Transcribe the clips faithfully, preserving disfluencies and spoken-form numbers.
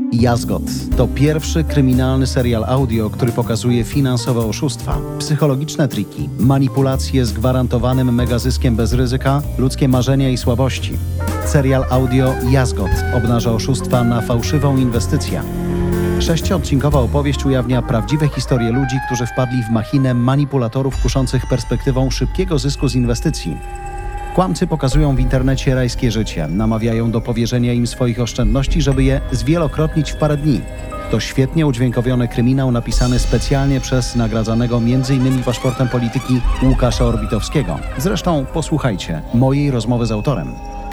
Jazgot to pierwszy kryminalny serial audio, który pokazuje finansowe oszustwa, psychologiczne triki, manipulacje z gwarantowanym megazyskiem bez ryzyka, ludzkie marzenia i słabości. Serial audio Jazgot obnaża oszustwa na fałszywą inwestycję. Sześciodcinkowa opowieść ujawnia prawdziwe historie ludzi, którzy wpadli w machinę manipulatorów kuszących perspektywą szybkiego zysku z inwestycji. Kłamcy pokazują w internecie rajskie życie, namawiają do powierzenia im swoich oszczędności, żeby je zwielokrotnić w parę dni. To świetnie udźwiękowiony kryminał napisany specjalnie przez nagradzanego między innymi paszportem polityki Łukasza Orbitowskiego. Zresztą posłuchajcie mojej rozmowy z autorem.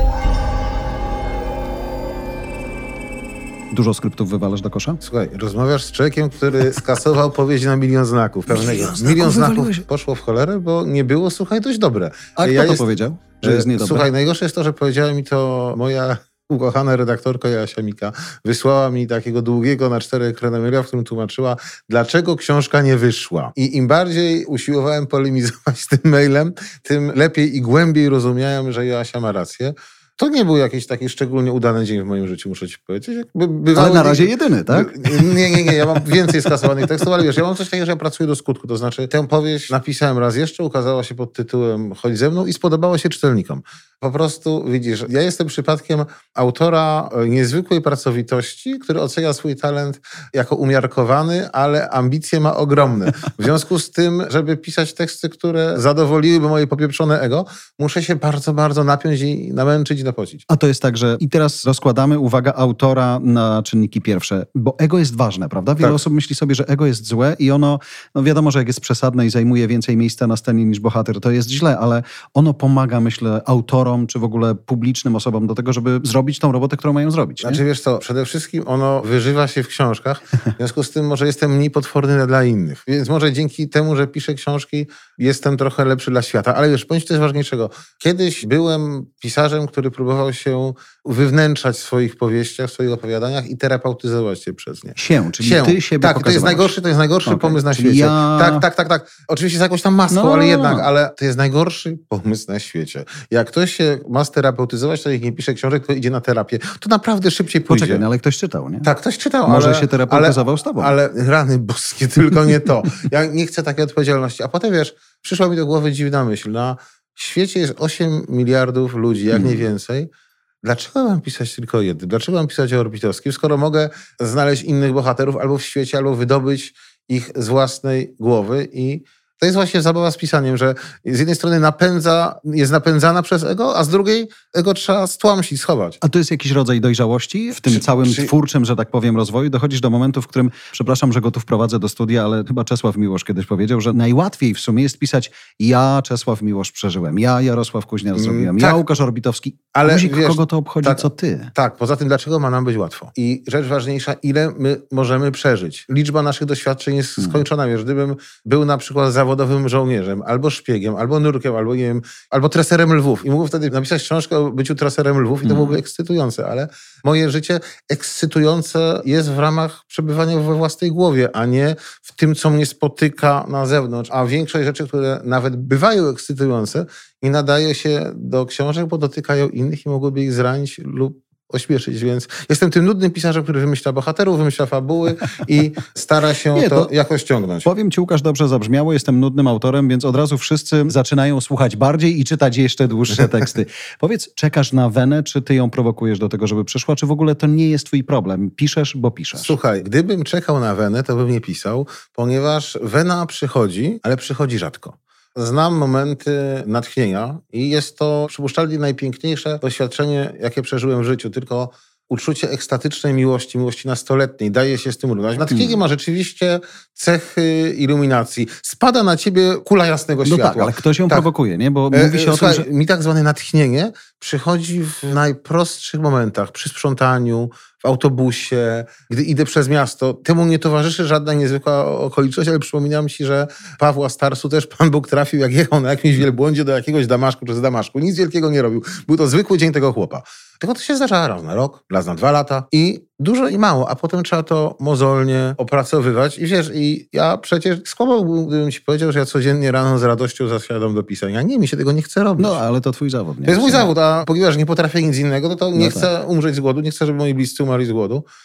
Dużo skryptów wywalasz do kosza? Słuchaj, rozmawiasz z człowiekiem, który skasował powieść na milion znaków. Pewnego. Milion znaków, milion znaków poszło w cholerę, bo nie było, słuchaj, dość dobre. A kto ja to jest, powiedział, że jest niedobre? Słuchaj, najgorsze jest to, że powiedziała mi to moja ukochana redaktorka Joasia Mika. Wysłała mi takiego długiego na cztery ekrany maila, w którym tłumaczyła, dlaczego książka nie wyszła. I im bardziej usiłowałem polemizować z tym mailem, tym lepiej i głębiej rozumiałem, że Joasia ma rację. To nie był jakiś taki szczególnie udany dzień w moim życiu, muszę ci powiedzieć. Bywały... Ale na razie jedyny, tak? Nie, nie, nie. Ja mam więcej skasowanych tekstów, ale wiesz, ja mam coś takiego, że ja pracuję do skutku. To znaczy, tę powieść napisałem raz jeszcze, ukazała się pod tytułem Chodź ze mną i spodobała się czytelnikom. Po prostu, widzisz, ja jestem przypadkiem autora niezwykłej pracowitości, który ocenia swój talent jako umiarkowany, ale ambicje ma ogromne. W związku z tym, żeby pisać teksty, które zadowoliłyby moje popieprzone ego, muszę się bardzo, bardzo napiąć i namęczyć i napocić. A to jest tak, że i teraz rozkładamy, uwaga, autora na czynniki pierwsze, bo ego jest ważne, prawda? Wiele tak. osób myśli sobie, że ego jest złe i ono, no wiadomo, że jak jest przesadne i zajmuje więcej miejsca na scenie niż bohater, to jest źle, ale ono pomaga, myślę, autorom czy w ogóle publicznym osobom do tego, żeby zrobić tą robotę, którą mają zrobić. Nie? Znaczy wiesz co, przede wszystkim ono wyżywa się w książkach, w związku z tym może jestem mniej potworny dla innych. Więc może dzięki temu, że piszę książki, jestem trochę lepszy dla świata. Ale wiesz, powiem ci coś ważniejszego. Kiedyś byłem pisarzem, który próbował się wywnętrzać w swoich powieściach, w swoich opowiadaniach i terapeutyzować się przez nie. Się, czyli się. ty siebie Tak, to jest najgorszy, to jest najgorszy okay. pomysł na czyli świecie. Ja... Tak, tak, tak, tak. Oczywiście z jakąś tam maską, no. ale jednak, ale to jest najgorszy pomysł na świecie. Jak ktoś się ma sterapeutyzować, to niech nie pisze książek, to idzie na terapię. To naprawdę szybciej pójdzie. Poczekaj, no, ale ktoś czytał, nie? Tak, ktoś czytał, Może ale, się terapeutyzował ale, z tobą. Ale rany boskie, tylko nie to. Ja nie chcę takiej odpowiedzialności. A potem wiesz, przyszła mi do głowy dziwna myśl. Na świecie jest osiem miliardów ludzi, jak hmm. nie więcej. Dlaczego mam pisać tylko jednym? Dlaczego mam pisać o Orbitowskim, skoro mogę znaleźć innych bohaterów albo w świecie, albo wydobyć ich z własnej głowy? I to jest właśnie zabawa z pisaniem, że z jednej strony napędza, jest napędzana przez ego, a z drugiej ego trzeba stłamsić, schować. A to jest jakiś rodzaj dojrzałości w tym czy, całym czy... twórczym, że tak powiem, rozwoju? Dochodzisz do momentu, w którym, przepraszam, że go tu wprowadzę do studia, ale chyba Czesław Miłosz kiedyś powiedział, że najłatwiej w sumie jest pisać ja, Czesław Miłosz przeżyłem, ja, Jarosław Kuźniar zrobiłem, mm, tak. ja, Łukasz Orbitowski. Ale Guzik, wiesz, kogo to obchodzi, tak, co ty? Tak, poza tym dlaczego ma nam być łatwo? I rzecz ważniejsza, ile my możemy przeżyć. Liczba naszych doświadczeń jest hmm. skończona. Wiesz, gdybym był na przykład zawodowym żołnierzem, albo szpiegiem, albo nurkiem, albo nie wiem, albo treserem lwów. I mógłbym wtedy napisać książkę o byciu treserem lwów i to mm. byłoby ekscytujące, ale moje życie ekscytujące jest w ramach przebywania we własnej głowie, a nie w tym, co mnie spotyka na zewnątrz. A większość rzeczy, które nawet bywają ekscytujące, nie nadaje się do książek, bo dotykają innych i mogłyby ich zranić lub ośmieszyć, więc jestem tym nudnym pisarzem, który wymyśla bohaterów, wymyśla fabuły i stara się nie, to, to jakoś ciągnąć. Powiem ci, Łukasz, dobrze zabrzmiało, jestem nudnym autorem, więc od razu wszyscy zaczynają słuchać bardziej i czytać jeszcze dłuższe teksty. Powiedz, czekasz na wenę, czy ty ją prowokujesz do tego, żeby przyszła, czy w ogóle to nie jest twój problem? Piszesz, bo piszesz. Słuchaj, gdybym czekał na wenę, to bym nie pisał, ponieważ wena przychodzi, ale przychodzi rzadko. Znam momenty natchnienia i jest to przypuszczalnie najpiękniejsze doświadczenie, jakie przeżyłem w życiu. Tylko uczucie ekstatycznej miłości, miłości nastoletniej daje się stymulować. Natchnienie ma rzeczywiście cechy iluminacji. Spada na ciebie kula jasnego światła. No tak, ale ktoś ją tak. prowokuje, nie? Bo mówi się e, o słuchaj, tym, że... mi tak zwane natchnienie przychodzi w najprostszych momentach. Przy sprzątaniu, w autobusie, gdy idę przez miasto. Temu nie towarzyszy żadna niezwykła okoliczność, ale przypominam ci, że Pawła z Tarsu też Pan Bóg trafił, jak jechał na jakimś wielbłądzie do jakiegoś Damaszku czy z Damaszku. Nic wielkiego nie robił. Był to zwykły dzień tego chłopa. Tylko to się zdarza raz na rok, raz na dwa lata i dużo i mało, a potem trzeba to mozolnie opracowywać. I wiesz, i ja przecież skłamałbym, gdybym ci powiedział, że ja codziennie rano z radością zasiadam do pisania. Nie, mi się tego nie chce robić. No, ale to twój zawód. Nie? To jest mój zawód, a ponieważ nie potrafię nic innego, to, to nie no chcę tak. umrzeć z głodu, nie chcę, żeby moi bliscy umarli z głodu.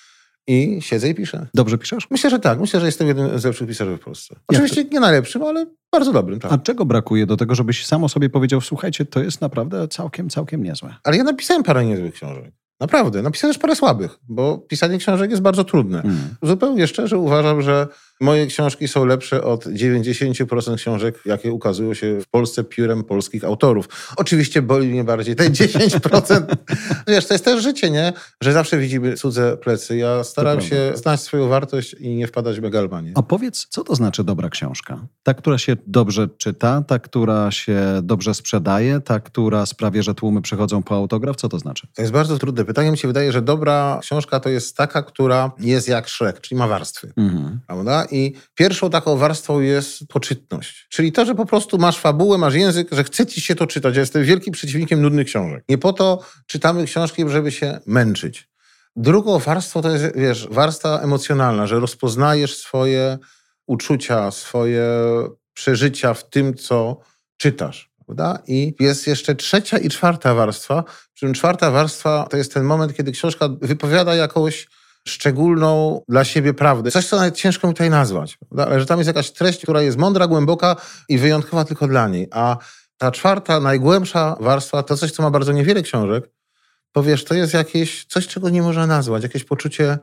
i siedzę i piszę. Dobrze piszesz? Myślę, że tak. Myślę, że jestem jednym z lepszych pisarzy w Polsce. Oczywiście nie najlepszym, ale bardzo dobrym. Tak. A czego brakuje do tego, żebyś sam o sobie powiedział, słuchajcie, to jest naprawdę całkiem, całkiem niezłe. Ale ja napisałem parę niezłych książek. Naprawdę. Napisałem też parę słabych, bo pisanie książek jest bardzo trudne. Mm. Zupełnie szczerze uważam, że moje książki są lepsze od dziewięćdziesiąt procent książek, jakie ukazują się w Polsce piórem polskich autorów. Oczywiście boli mnie bardziej te dziesięć procent. Wiesz, to jest też życie, nie? Że zawsze widzimy cudze plecy. Ja staram się prawda. znać swoją wartość i nie wpadać w megalomanię. A powiedz, co to znaczy dobra książka? Ta, która się dobrze czyta, ta, która się dobrze sprzedaje, ta, która sprawia, że tłumy przychodzą po autograf? Co to znaczy? To jest bardzo trudne pytanie. Mi się wydaje, że dobra książka to jest taka, która jest jak Shrek, czyli ma warstwy. Mhm. Prawda? I pierwszą taką warstwą jest poczytność. Czyli to, że po prostu masz fabułę, masz język, że chce ci się to czytać. Ja jestem wielkim przeciwnikiem nudnych książek. Nie po to czytamy książki, żeby się męczyć. Drugą warstwą to jest, wiesz, warstwa emocjonalna, że rozpoznajesz swoje uczucia, swoje przeżycia w tym, co czytasz. Prawda? I jest jeszcze trzecia i czwarta warstwa. Przy czym czwarta warstwa to jest ten moment, kiedy książka wypowiada jakąś szczególną dla siebie prawdę. Coś, co nawet ciężko mi tutaj nazwać. Prawda? Ale że tam jest jakaś treść, która jest mądra, głęboka i wyjątkowa tylko dla niej. A ta czwarta, najgłębsza warstwa to coś, co ma bardzo niewiele książek. To wiesz, to jest jakieś coś, czego nie można nazwać. Jakieś poczucie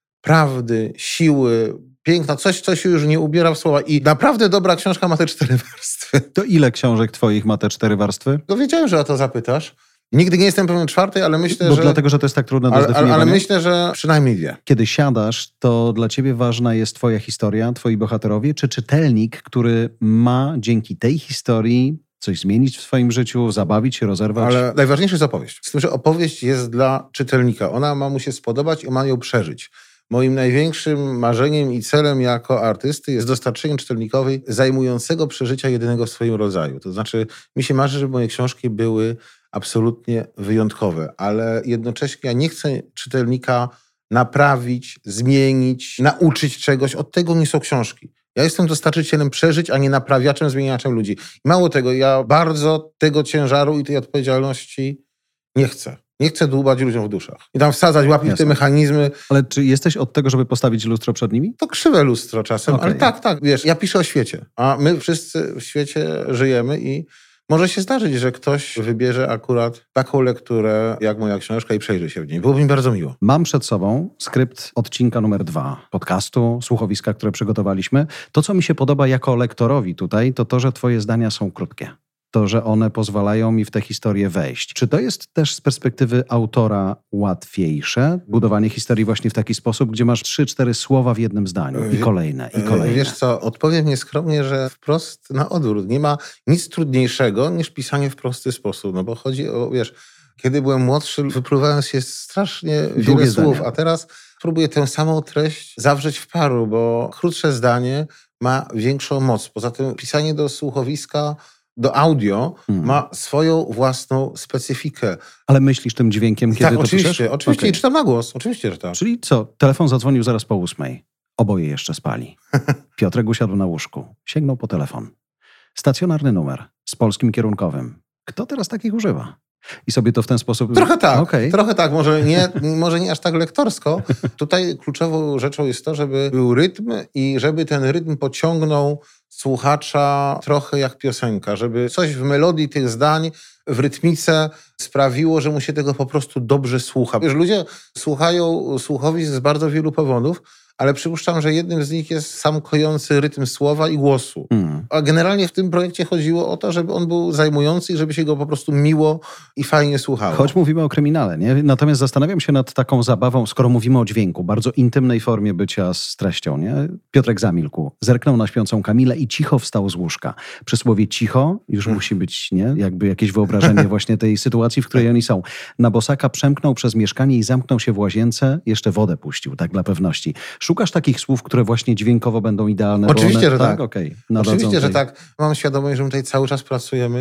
prawdy, siły, piękna. Coś, co się już nie ubiera w słowa. I naprawdę dobra książka ma te cztery warstwy. To ile książek twoich ma te cztery warstwy? No wiedziałem, że o to zapytasz. Nigdy nie jestem pewien czwartej, ale myślę, Bo że... dlatego, że to jest tak trudne do ale, zdefiniowania. Ale myślę, że przynajmniej dwie. Kiedy siadasz, to dla ciebie ważna jest twoja historia, twoi bohaterowie, czy czytelnik, który ma dzięki tej historii coś zmienić w swoim życiu, zabawić się, rozerwać? Ale najważniejsze jest opowieść. Z tym, że opowieść jest dla czytelnika. Ona ma mu się spodobać i ma ją przeżyć. Moim największym marzeniem i celem jako artysty jest dostarczenie czytelnikowi zajmującego przeżycia jedynego w swoim rodzaju. To znaczy, mi się marzy, żeby moje książki były absolutnie wyjątkowe, ale jednocześnie ja nie chcę czytelnika naprawić, zmienić, nauczyć czegoś. Od tego nie są książki. Ja jestem dostarczycielem przeżyć, a nie naprawiaczem, zmieniaczem ludzi. I mało tego, ja bardzo tego ciężaru i tej odpowiedzialności nie chcę. Nie chcę dłubać ludziom w duszach. I tam wsadzać łapki w te mechanizmy. Ale czy jesteś od tego, żeby postawić lustro przed nimi? To krzywe lustro czasem, okay. ale tak, tak. Wiesz, ja piszę o świecie, a my wszyscy w świecie żyjemy i może się zdarzyć, że ktoś wybierze akurat taką lekturę, jak moja książka i przejrzy się w niej. Byłoby mi bardzo miło. Mam przed sobą skrypt odcinka numer dwa podcastu, słuchowiska, które przygotowaliśmy. To, co mi się podoba jako lektorowi tutaj, to to, że twoje zdania są krótkie. To, że one pozwalają mi w tę historię wejść. Czy to jest też z perspektywy autora łatwiejsze? Budowanie historii właśnie w taki sposób, gdzie masz trzy, cztery słowa w jednym zdaniu i kolejne, i kolejne. Wiesz co, odpowiem nieskromnie, że wprost na odwrót. Nie ma nic trudniejszego niż pisanie w prosty sposób. No bo chodzi o, wiesz, kiedy byłem młodszy, wypływałem się strasznie wiele słów, zdania. A teraz próbuję tę samą treść zawrzeć w paru, bo krótsze zdanie ma większą moc. Poza tym pisanie do słuchowiska, do audio hmm. ma swoją własną specyfikę. Ale myślisz tym dźwiękiem, kiedy tak, to oczywiście, piszesz? Oczywiście, okay. I czytam na głos. Oczywiście, że tak. Czyli co? Telefon zadzwonił zaraz po ósmej. Oboje jeszcze spali. Piotrek usiadł na łóżku. Sięgnął po telefon. Stacjonarny numer z polskim kierunkowym. Kto teraz takich używa? I sobie to w ten sposób... Trochę tak, okay. trochę tak. Może nie, może nie aż tak lektorsko. Tutaj kluczową rzeczą jest to, żeby był rytm i żeby ten rytm pociągnął słuchacza trochę jak piosenka, żeby coś w melodii tych zdań, w rytmice sprawiło, że mu się tego po prostu dobrze słucha. Wiesz, ludzie słuchają słuchowisk z bardzo wielu powodów, ale przypuszczam, że jednym z nich jest sam kojący rytm słowa i głosu. Mm. A generalnie w tym projekcie chodziło o to, żeby on był zajmujący i żeby się go po prostu miło i fajnie słuchało. Choć mówimy o kryminale, nie? Natomiast zastanawiam się nad taką zabawą, skoro mówimy o dźwięku, bardzo intymnej formie bycia z treścią, nie? Piotrek zamilkł, zerknął na śpiącą Kamilę i cicho wstał z łóżka. Przysłowie cicho już hmm. musi być, nie? Jakby jakieś wyobrażenie właśnie tej sytuacji, w której oni są. Na bosaka przemknął przez mieszkanie i zamknął się w łazience, jeszcze wodę puścił, tak dla pewności. Szukasz takich słów, które właśnie dźwiękowo będą idealne? Oczywiście, one, że tak. Okay, Oczywiście, tej... że tak. Mam świadomość, że my tutaj cały czas pracujemy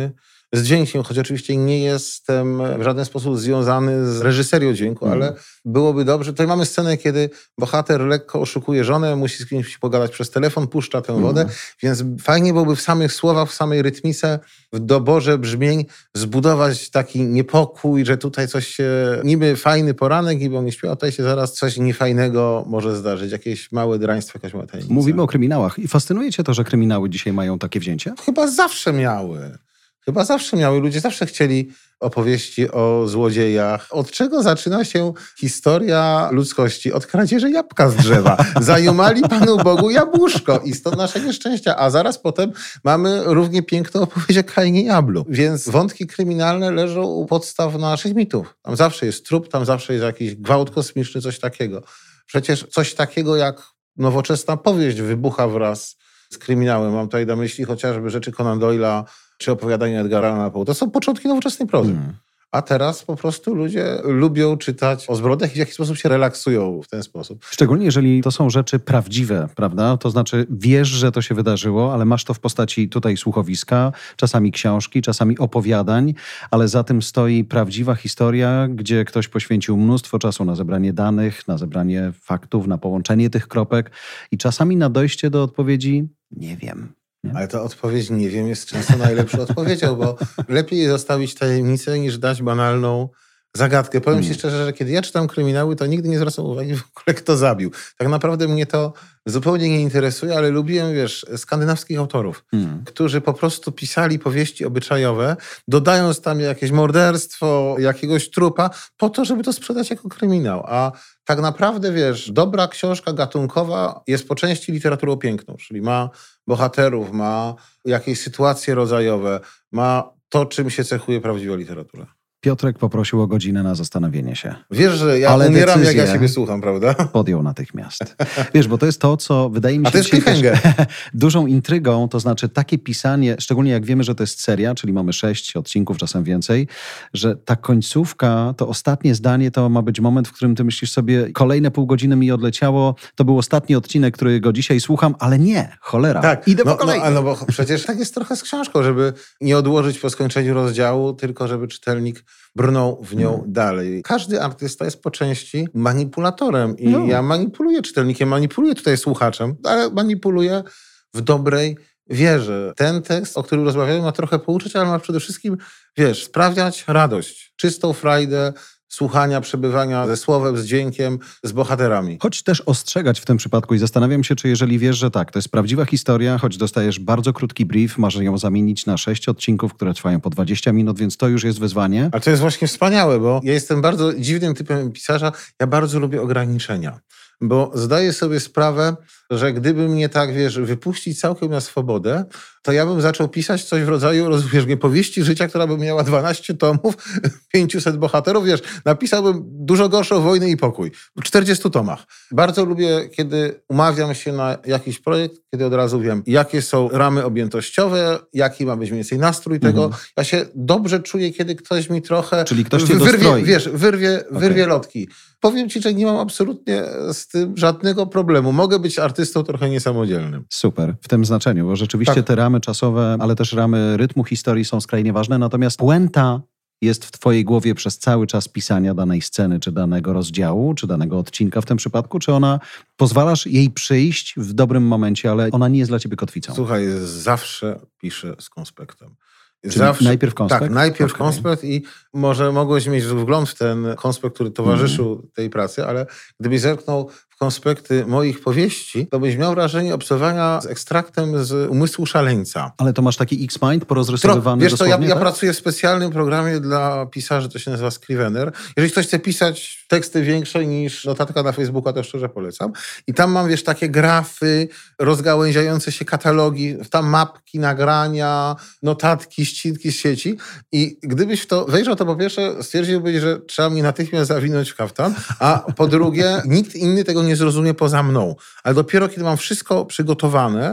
z dźwiękiem, choć oczywiście nie jestem w żaden sposób związany z reżyserią dźwięku, mm. ale byłoby dobrze. Tutaj mamy scenę, kiedy bohater lekko oszukuje żonę, musi z kimś pogadać przez telefon, puszcza tę wodę, mm. więc fajnie byłoby w samych słowach, w samej rytmice, w doborze brzmień zbudować taki niepokój, że tutaj coś się, niby fajny poranek, niby on nie śpiewa, tutaj się zaraz coś niefajnego może zdarzyć, jakieś małe draństwo, jakaś mała tajemnica. Mówimy o kryminałach i fascynuje cię to, że kryminały dzisiaj mają takie wzięcie? Chyba zawsze miały. Chyba zawsze miały. Ludzie zawsze chcieli opowieści o złodziejach. Od czego zaczyna się historia ludzkości? Od kradzieży jabłka z drzewa. Zajumali Panu Bogu jabłuszko i stąd nasze nieszczęścia. A zaraz potem mamy równie piękną opowieść o Kainie i Ablu. Więc wątki kryminalne leżą u podstaw naszych mitów. Tam zawsze jest trup, tam zawsze jest jakiś gwałt kosmiczny, coś takiego. Przecież coś takiego jak nowoczesna powieść wybucha wraz z kryminałem. Mam tutaj na myśli chociażby rzeczy Conan Doyle'a, czy opowiadania Edgara Allana Poe. To są początki nowoczesnej prozy. Mm. A teraz po prostu ludzie lubią czytać o zbrodniach i w jakiś sposób się relaksują w ten sposób. Szczególnie jeżeli to są rzeczy prawdziwe, prawda? To znaczy wiesz, że to się wydarzyło, ale masz to w postaci tutaj słuchowiska, czasami książki, czasami opowiadań, ale za tym stoi prawdziwa historia, gdzie ktoś poświęcił mnóstwo czasu na zebranie danych, na zebranie faktów, na połączenie tych kropek i czasami na dojście do odpowiedzi nie wiem. Nie? Ale ta odpowiedź nie wiem jest często najlepszą odpowiedzią, bo lepiej zostawić tajemnicę niż dać banalną zagadkę. Powiem hmm. ci szczerze, że kiedy ja czytam kryminały, to nigdy nie zwracam uwagi w ogóle, kto zabił. Tak naprawdę mnie to zupełnie nie interesuje, ale lubiłem, wiesz, skandynawskich autorów, hmm. którzy po prostu pisali powieści obyczajowe, dodając tam jakieś morderstwo, jakiegoś trupa, po to, żeby to sprzedać jako kryminał. A tak naprawdę, wiesz, dobra książka gatunkowa jest po części literaturą piękną, czyli ma bohaterów, ma jakieś sytuacje rodzajowe, ma to, czym się cechuje prawdziwa literatura. Piotrek poprosił o godzinę na zastanowienie się. Wiesz, że ja ale umieram, jak ja siebie słucham, prawda? Podjął natychmiast. Wiesz, bo to jest to, co wydaje mi się... A to jest cliffhanger. Dużą intrygą, to znaczy takie pisanie, szczególnie jak wiemy, że to jest seria, czyli mamy sześć odcinków, czasem więcej, że ta końcówka, to ostatnie zdanie, to ma być moment, w którym ty myślisz sobie, kolejne pół godziny mi odleciało, to był ostatni odcinek, którego dzisiaj słucham, ale nie, cholera, tak, idę no, po kolejny. No, no bo przecież tak jest trochę z książką, żeby nie odłożyć po skończeniu rozdziału, tylko żeby czytelnik brnął w nią hmm. dalej. Każdy artysta jest po części manipulatorem i no. ja manipuluję czytelnikiem, manipuluję tutaj słuchaczem, ale manipuluję w dobrej wierze. Ten tekst, o którym rozmawiamy, ma trochę pouczyć, ale ma przede wszystkim, wiesz, sprawiać radość, czystą frajdę słuchania, przebywania ze słowem, z dźwiękiem, z bohaterami. Choć też ostrzegać w tym przypadku i zastanawiam się, czy jeżeli wiesz, że tak, to jest prawdziwa historia, choć dostajesz bardzo krótki brief, masz ją zamienić na sześć odcinków, które trwają po dwadzieścia minut, więc to już jest wyzwanie. Ale to jest właśnie wspaniałe, bo ja jestem bardzo dziwnym typem pisarza, ja bardzo lubię ograniczenia. Bo zdaję sobie sprawę, że gdyby mnie tak, wiesz, wypuścić całkiem na swobodę, to ja bym zaczął pisać coś w rodzaju, rozumiesz, nie, powieści życia, która by miała dwanaście tomów, pięćset bohaterów, wiesz, napisałbym dużo gorszą Wojnę i pokój w czterdziestu tomach. Bardzo lubię, kiedy umawiam się na jakiś projekt, kiedy od razu wiem, jakie są ramy objętościowe, jaki ma być mniej więcej nastrój tego. Mhm. Ja się dobrze czuję, kiedy ktoś mi trochę Czyli ktoś cię wyrwie, dostroi. wiesz, wyrwie, wyrwie okay. lotki. Powiem ci, że nie mam absolutnie z tym żadnego problemu. Mogę być artystą trochę niesamodzielnym. Super, w tym znaczeniu, bo rzeczywiście tak. te ramy czasowe, ale też ramy rytmu historii są skrajnie ważne, natomiast puenta jest w twojej głowie przez cały czas pisania danej sceny, czy danego rozdziału, czy danego odcinka w tym przypadku, czy ona, pozwalasz jej przyjść w dobrym momencie, ale ona nie jest dla ciebie kotwicą? Słuchaj, zawsze piszę z konspektem. Czyli zawsze, najpierw konspekt? Tak, najpierw okay. konspekt i może mogłeś mieć wgląd w ten konspekt, który towarzyszył mm. tej pracy, ale gdybyś zerknął w konspekty moich powieści, to byś miał wrażenie obcowania z ekstraktem z umysłu szaleńca. Ale to masz taki X-Mind porozrysowywany Wiesz co, ja, tak? ja pracuję w specjalnym programie dla pisarzy, to się nazywa Scrivener. Jeżeli ktoś chce pisać teksty większe niż notatka na Facebooka, to szczerze polecam. I tam mam, wiesz, takie grafy, rozgałęziające się katalogi, tam mapki, nagrania, notatki, ścinki z sieci. I gdybyś w to wejrzał, to po pierwsze stwierdziłbyś, że trzeba mnie natychmiast zawinąć w kaftan, a po drugie nikt inny tego nie zrozumie poza mną. Ale dopiero kiedy mam wszystko przygotowane,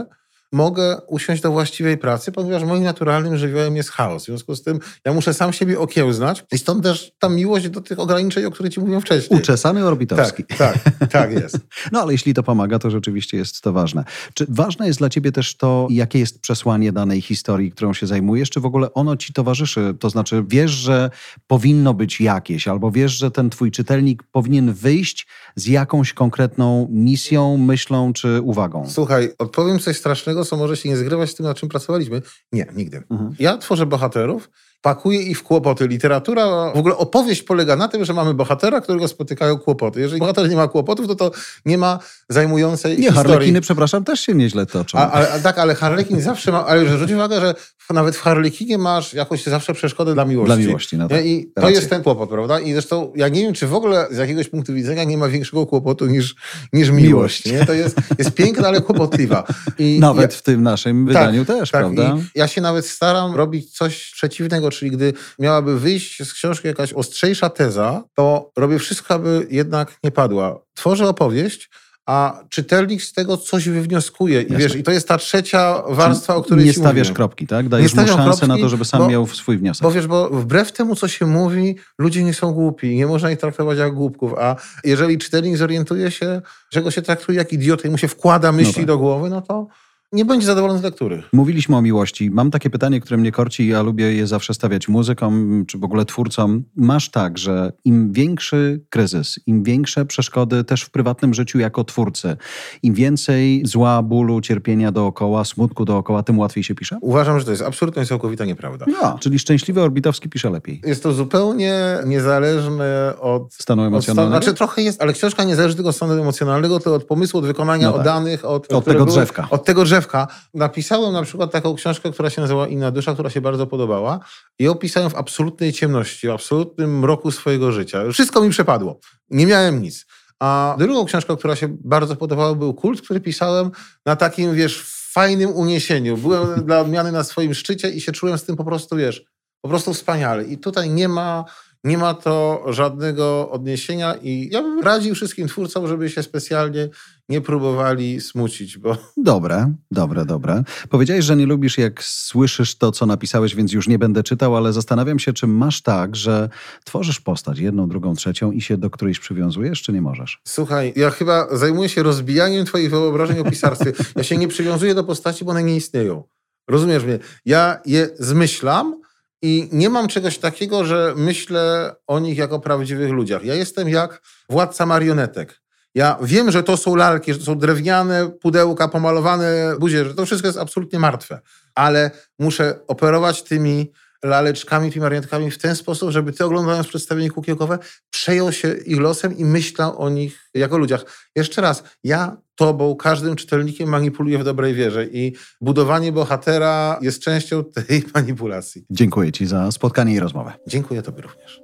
mogę usiąść do właściwej pracy, ponieważ moim naturalnym żywiołem jest chaos. W związku z tym ja muszę sam siebie okiełznać i stąd też ta miłość do tych ograniczeń, o których ci mówiłem wcześniej. Uczesany orbitowski. Tak, tak, tak jest. No ale jeśli to pomaga, to rzeczywiście jest to ważne. Czy ważne jest dla ciebie też to, jakie jest przesłanie danej historii, którą się zajmujesz, czy w ogóle ono ci towarzyszy? To znaczy wiesz, że powinno być jakieś, albo wiesz, że ten twój czytelnik powinien wyjść z jakąś konkretną misją, myślą czy uwagą? Słuchaj, odpowiem coś strasznego, co może się nie zgrywać z tym, nad czym pracowaliśmy. Nie, nigdy. Mhm. Ja tworzę bohaterów, pakuję ich w kłopoty. Literatura, w ogóle opowieść polega na tym, że mamy bohatera, którego spotykają kłopoty. Jeżeli bohater nie ma kłopotów, to to nie ma zajmującej nie, historii. Harlekiny, przepraszam, też się nieźle toczą. A, a, a tak, ale Harlekin zawsze ma... Ale zwróć uwagę, że nawet w Harlekinie masz jakoś zawsze przeszkodę dla miłości. Dla miłości, no tak. I to jest ten kłopot, prawda? I zresztą ja nie wiem, czy w ogóle z jakiegoś punktu widzenia nie ma większego kłopotu niż, niż miłość. miłość. Nie? To jest, jest piękna, ale kłopotliwa. I nawet ja, w tym naszym wydaniu tak, też, tak, prawda? I ja się nawet staram robić coś przeciwnego, czyli gdy miałaby wyjść z książki jakaś ostrzejsza teza, to robię wszystko, aby jednak nie padła. Tworzę opowieść, a czytelnik z tego coś wywnioskuje. I wiesz, i to jest ta trzecia warstwa, Czyli o której nie ci stawiasz mówiłem. kropki, tak? Dajesz mu szansę kropki, na to, żeby sam bo, miał swój wniosek. Bo wiesz, bo wbrew temu, co się mówi, ludzie nie są głupi. Nie można ich traktować jak głupków. A jeżeli czytelnik zorientuje się, że go się traktuje jak idiotę i mu się wkłada myśli no tak. do głowy, no to nie będzie zadowolony z lektury. Mówiliśmy o miłości. Mam takie pytanie, które mnie korci i ja lubię je zawsze stawiać muzykom, czy w ogóle twórcom. Masz tak, że im większy kryzys, im większe przeszkody też w prywatnym życiu jako twórcy, im więcej zła, bólu, cierpienia dookoła, smutku dookoła, tym łatwiej się pisze? Uważam, że to jest absolutnie i całkowita nieprawda. No, czyli szczęśliwy Orbitowski pisze lepiej. Jest to zupełnie niezależne od stanu emocjonalnego. Od, znaczy trochę jest, ale książka nie zależy tylko od stanu emocjonalnego, to od pomysłu, od wykonania, no tak. od danych, od, od tego były, drzewka. Od tego drzewka. Napisałem na przykład taką książkę, która się nazywa Inna dusza, która się bardzo podobała i opisałem w absolutnej ciemności, w absolutnym mroku swojego życia. Wszystko mi przepadło. Nie miałem nic. A drugą książką, która się bardzo podobała, był Kult, który pisałem na takim, wiesz, fajnym uniesieniu. Byłem dla odmiany na swoim szczycie i się czułem z tym po prostu, wiesz, po prostu wspaniale. I tutaj nie ma... Nie ma to żadnego odniesienia i ja bym radził wszystkim twórcom, żeby się specjalnie nie próbowali smucić, bo... Dobre, dobre, dobre. Powiedziałeś, że nie lubisz, jak słyszysz to, co napisałeś, więc już nie będę czytał, ale zastanawiam się, czy masz tak, że tworzysz postać, jedną, drugą, trzecią i się do którejś przywiązujesz, czy nie możesz? Słuchaj, ja chyba zajmuję się rozbijaniem twoich wyobrażeń o pisarstwie. Ja się nie przywiązuję do postaci, bo one nie istnieją. Rozumiesz mnie? Ja je zmyślam, i nie mam czegoś takiego, że myślę o nich jako o prawdziwych ludziach. Ja jestem jak władca marionetek. Ja wiem, że to są lalki, że to są drewniane pudełka, pomalowane buzie, że to wszystko jest absolutnie martwe. Ale muszę operować tymi laleczkami, tymi marionetkami w ten sposób, żeby ty, oglądając przedstawienie kukiełkowe, przejął się ich losem i myślał o nich jako ludziach. Jeszcze raz, ja tobą, każdym czytelnikiem manipuluję w dobrej wierze i budowanie bohatera jest częścią tej manipulacji. Dziękuję ci za spotkanie i rozmowę. Dziękuję tobie również.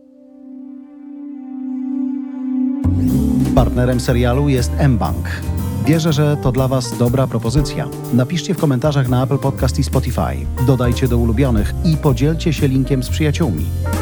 Partnerem serialu jest mBank. Wierzę, że to dla was dobra propozycja. Napiszcie w komentarzach na Apple Podcast i Spotify. Dodajcie do ulubionych i podzielcie się linkiem z przyjaciółmi.